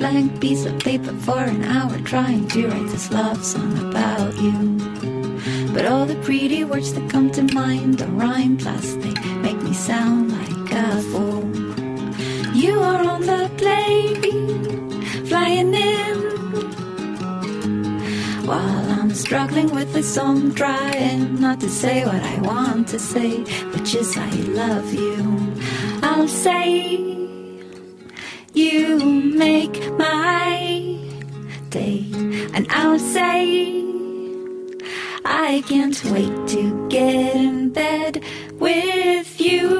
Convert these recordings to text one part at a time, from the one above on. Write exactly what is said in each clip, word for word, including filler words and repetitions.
blank piece of paper for an hour trying to write this love song about you. But all the pretty words that come to mind don't rhyme, plus they make me sound like a fool. You are on the plane, flying in, while I'm struggling with this song, trying not to say what I want to say, which is I love you. I'll say you make my day, and I'll say I can't wait to get in bed with you.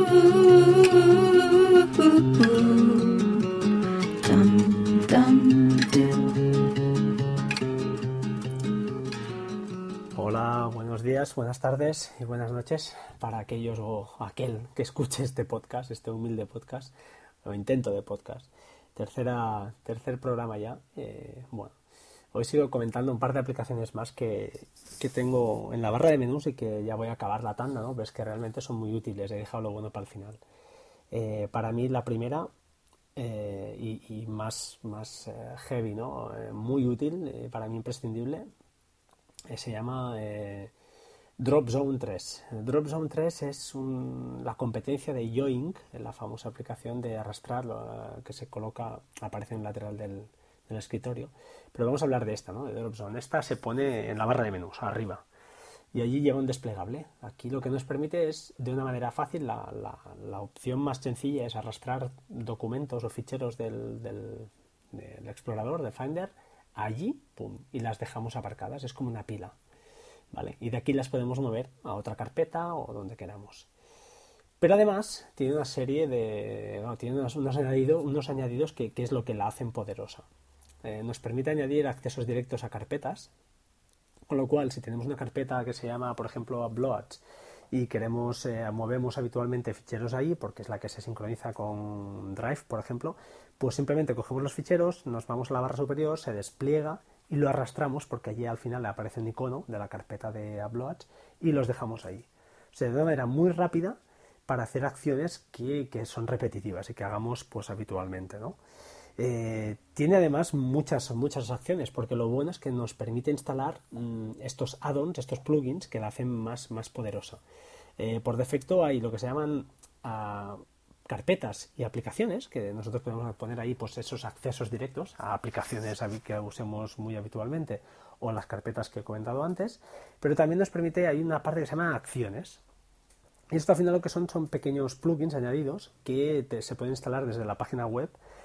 Dum, dum, dum. Hola, buenos días, buenas tardes y buenas noches para aquellos o aquel que escuche este podcast, este humilde podcast o intento de podcast. Tercera, tercer programa ya. Eh, bueno, hoy sigo comentando un par de aplicaciones más que, que tengo en la barra de menús y que ya voy a acabar la tanda, ¿no? Ves que realmente son muy útiles, he dejado lo bueno para el final. Eh, para mí la primera eh, y, y más, más eh, heavy, ¿no? Eh, muy útil, eh, para mí imprescindible, eh, se llama eh, Dropzone tres. Dropzone tres es un, la competencia de Yoink, la famosa aplicación de arrastrar lo, que se coloca, aparece en el lateral del, del escritorio. Pero vamos a hablar de esta, ¿no? De Dropzone. Esta se pone en la barra de menús, arriba. Y allí lleva un desplegable. Aquí lo que nos permite es, de una manera fácil, la, la, la opción más sencilla es arrastrar documentos o ficheros del, del, del explorador, de Finder, allí, pum, y las dejamos aparcadas. Es como una pila, ¿vale? Y de aquí las podemos mover a otra carpeta o donde queramos. Pero además tiene una serie de... No, tiene unos, unos, añadido, unos añadidos que, que es lo que la hacen poderosa. Eh, nos permite añadir accesos directos a carpetas, con lo cual si tenemos una carpeta que se llama, por ejemplo, Uploads y queremos, eh, movemos habitualmente ficheros ahí porque es la que se sincroniza con Drive, por ejemplo, pues simplemente cogemos los ficheros, nos vamos a la barra superior, se despliega y lo arrastramos porque allí al final le aparece un icono de la carpeta de Uploads y los dejamos ahí. O sea, de una manera muy rápida para hacer acciones que, que son repetitivas y que hagamos pues habitualmente, ¿no? Eh, tiene además muchas, muchas acciones, porque lo bueno es que nos permite instalar mmm, estos add-ons, estos plugins que la hacen más, más poderosa. Eh, por defecto hay lo que se llaman uh, carpetas y aplicaciones, que nosotros podemos poner ahí pues esos accesos directos a aplicaciones que usemos muy habitualmente o a las carpetas que he comentado antes, pero también nos permite, hay una parte que se llama acciones. Y esto al final lo que son son pequeños plugins añadidos que te, se pueden instalar desde la página web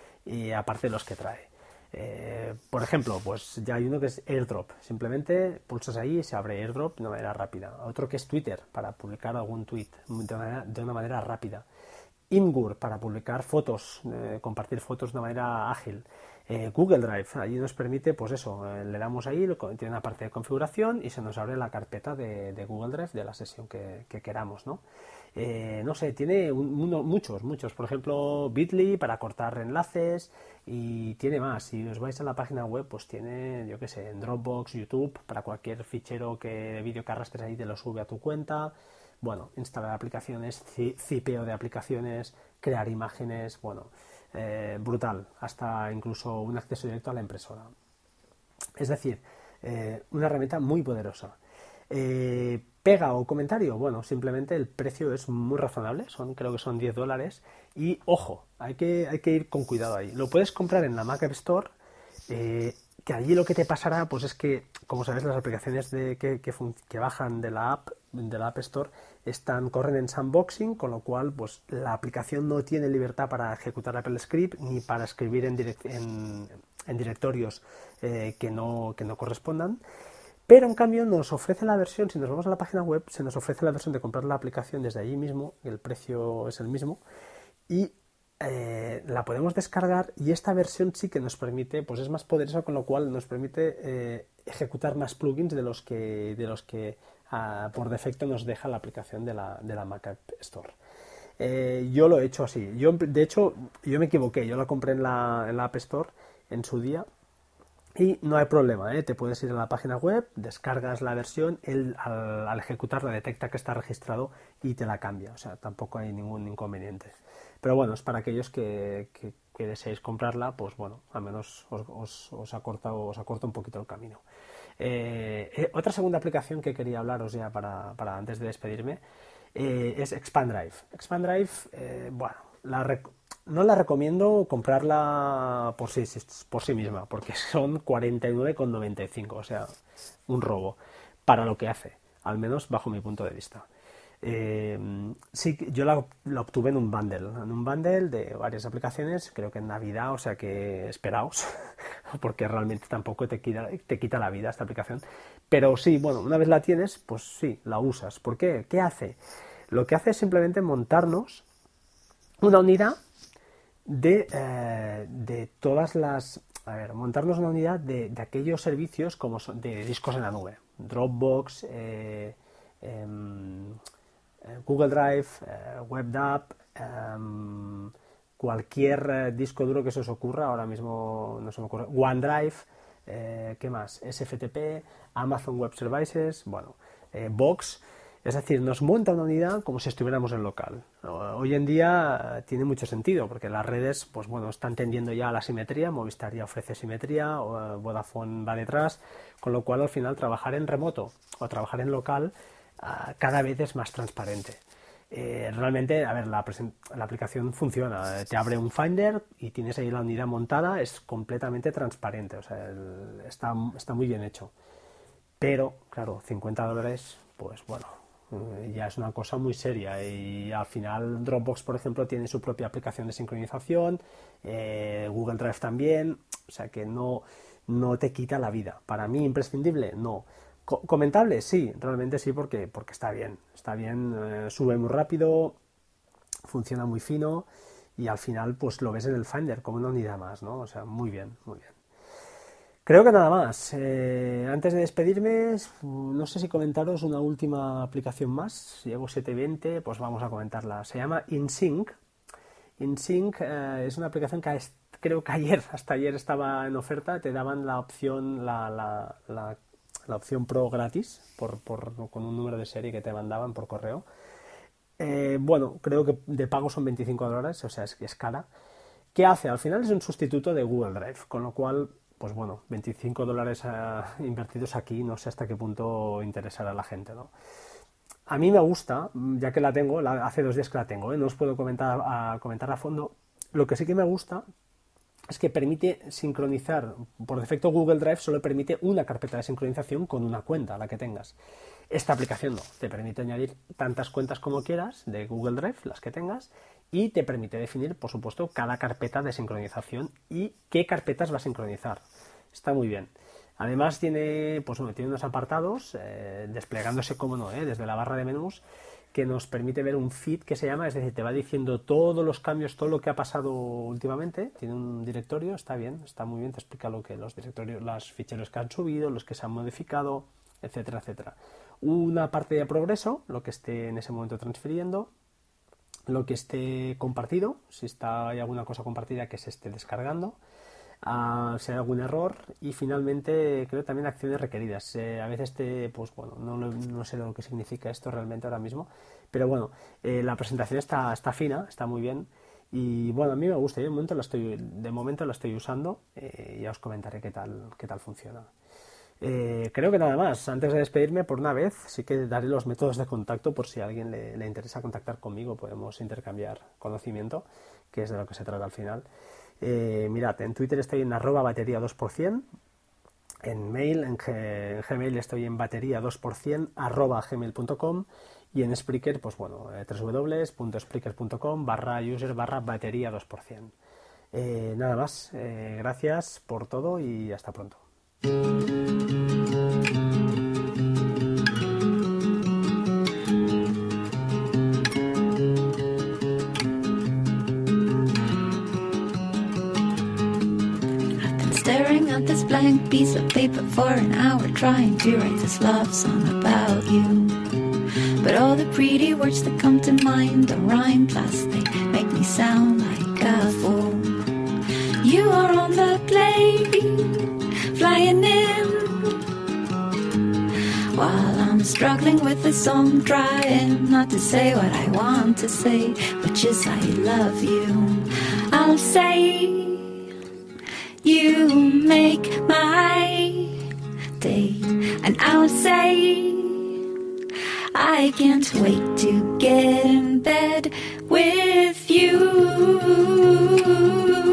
y aparte de los que trae. Eh, por ejemplo, pues ya hay uno que es AirDrop. Simplemente pulsas ahí y se abre AirDrop de una manera rápida. Otro que es Twitter, para publicar algún tweet de una manera, de una manera rápida. Imgur, para publicar fotos, eh, compartir fotos de una manera ágil. Eh, Google Drive, allí nos permite, pues eso, eh, le damos ahí, tiene una parte de configuración y se nos abre la carpeta de, de Google Drive de la sesión que, que queramos, ¿no? Eh, no sé, tiene un, uno, muchos, muchos, por ejemplo, Bitly para cortar enlaces y tiene más. Si os vais a la página web, pues tiene, yo qué sé, en Dropbox, YouTube, para cualquier fichero que de vídeo que arrastres ahí te lo sube a tu cuenta. Bueno, instalar aplicaciones, cipeo de aplicaciones, crear imágenes, bueno, eh, brutal, hasta incluso un acceso directo a la impresora. Es decir, eh, una herramienta muy poderosa. Eh, pega o comentario, bueno, simplemente el precio es muy razonable, son, creo que son diez dólares y ojo, hay que, hay que ir con cuidado ahí. Lo puedes comprar en la Mac App Store, eh, que allí lo que te pasará pues es que, como sabes, las aplicaciones de, que, que, que bajan de la app de la App Store están, corren en sandboxing, con lo cual pues la aplicación no tiene libertad para ejecutar Apple Script ni para escribir en, direct, en, en directorios eh, que, no, que no correspondan. Pero en cambio nos ofrece la versión, si nos vamos a la página web, se nos ofrece la versión de comprar la aplicación desde allí mismo, el precio es el mismo, y eh, la podemos descargar y esta versión sí que nos permite, pues es más poderosa, con lo cual nos permite eh, ejecutar más plugins de los que, de los que uh, por defecto nos deja la aplicación de la, de la Mac App Store. Eh, yo lo he hecho así, yo de hecho yo me equivoqué, yo la compré en la, en la App Store en su día. Y no hay problema, ¿eh? Te puedes ir a la página web, descargas la versión, él al, al ejecutarla detecta que está registrado y te la cambia, o sea, tampoco hay ningún inconveniente. Pero bueno, es para aquellos que, que que deseéis comprarla, pues bueno, al menos os, os, os, acorta, os acorta un poquito el camino. Eh, eh, otra segunda aplicación que quería hablaros ya para, para antes de despedirme eh, es ExpandDrive. ExpandDrive, eh, bueno, la rec- no la recomiendo comprarla por sí, por sí misma, porque son cuarenta y nueve con noventa y cinco, o sea, un robo para lo que hace, al menos bajo mi punto de vista. Eh, sí, yo la, la obtuve en un bundle, en un bundle de varias aplicaciones, creo que en Navidad, o sea que esperaos, porque realmente tampoco te quita, te quita la vida esta aplicación. Pero sí, bueno, una vez la tienes, pues sí, la usas. ¿Por qué? ¿Qué hace? Lo que hace es simplemente montarnos una unidad de, eh, de todas las... A ver, montarnos una unidad de, de aquellos servicios como son de discos en la nube. Dropbox, eh, eh, Google Drive, eh, WebDAV, eh, cualquier eh, disco duro que se os ocurra, ahora mismo no se me ocurre, OneDrive, eh, ¿qué más? S F T P, Amazon Web Services, bueno, eh, Box, es decir, nos monta una unidad como si estuviéramos en local. Hoy en día tiene mucho sentido porque las redes, pues bueno, están tendiendo ya a la simetría. Movistar ya ofrece simetría, o Vodafone va detrás, con lo cual al final trabajar en remoto o trabajar en local uh, cada vez es más transparente. Eh, realmente, a ver, la, la aplicación funciona, te abre un Finder y tienes ahí la unidad montada, es completamente transparente, o sea, el, está, está muy bien hecho. Pero, claro, cincuenta dólares, pues bueno, ya es una cosa muy seria y al final Dropbox, por ejemplo, tiene su propia aplicación de sincronización, eh, Google Drive también, o sea que no, no te quita la vida. Para mí, imprescindible, no. Co- ¿Comentable? Sí, realmente sí, porque, porque está bien, está bien, eh, sube muy rápido, funciona muy fino y al final pues lo ves en el Finder como una unidad más, ¿no? O sea, muy bien, muy bien. Creo que nada más. Eh, antes de despedirme, no sé si comentaros una última aplicación más. Llevo siete veinte, pues vamos a comentarla. Se llama InSync. InSync eh, es una aplicación que es, creo que ayer, hasta ayer estaba en oferta. Te daban la opción, la, la, la, la opción Pro gratis por, por, con un número de serie que te mandaban por correo. Eh, bueno, creo que de pago son veinticinco dólares, o sea, es, es cara. ¿Qué hace? Al final es un sustituto de Google Drive, con lo cual... Pues bueno, veinticinco dólares uh, invertidos aquí, no sé hasta qué punto interesará a la gente, ¿no? A mí me gusta, ya que la tengo, la, hace dos días que la tengo, ¿eh? No os puedo comentar a, comentar a fondo. Lo que sí que me gusta es que permite sincronizar, por defecto Google Drive solo permite una carpeta de sincronización con una cuenta, la que tengas. Esta aplicación no, te permite añadir tantas cuentas como quieras de Google Drive, las que tengas, y te permite definir, por supuesto, cada carpeta de sincronización y qué carpetas va a sincronizar. Está muy bien. Además tiene, pues bueno, tiene unos apartados, eh, desplegándose, como no, eh, desde la barra de menús, que nos permite ver un feed que se llama, es decir, te va diciendo todos los cambios, todo lo que ha pasado últimamente. Tiene un directorio, está bien, está muy bien, te explica lo que los directorios, los ficheros que han subido, los que se han modificado, etcétera, etcétera. Una parte de progreso, lo que esté en ese momento transfiriendo, lo que esté compartido, si está, hay alguna cosa compartida que se esté descargando, uh, si hay algún error, y finalmente creo también acciones requeridas. Eh, a veces te, pues bueno, no, no sé lo que significa esto realmente ahora mismo, pero bueno, eh, la presentación está, está fina, está muy bien, y bueno, a mí me gusta, yo de momento la estoy, de momento la estoy usando, eh, ya os comentaré qué tal, qué tal funciona. Eh, creo que nada más. Antes de despedirme, por una vez, sí que daré los métodos de contacto por si a alguien le, le interesa contactar conmigo, podemos intercambiar conocimiento, que es de lo que se trata al final. Eh, mirad, en Twitter estoy en arroba batería dos por ciento, en mail, en, G, en Gmail estoy en batería dos por ciento arroba gmail punto com y en Spreaker, pues bueno, eh, www.spreaker.com barra user barra batería dos por ciento. Eh, nada más, eh, gracias por todo y hasta pronto. Staring at this blank piece of paper for an hour, trying to write this love song about you. But all the pretty words that come to mind don't rhyme, plus they make me sound like a fool. You are on the plane, flying in, while I'm struggling with this, I'm trying not to say what I want to say, which is I love you. I'll say you make my day, and I'll say I can't wait to get in bed with you.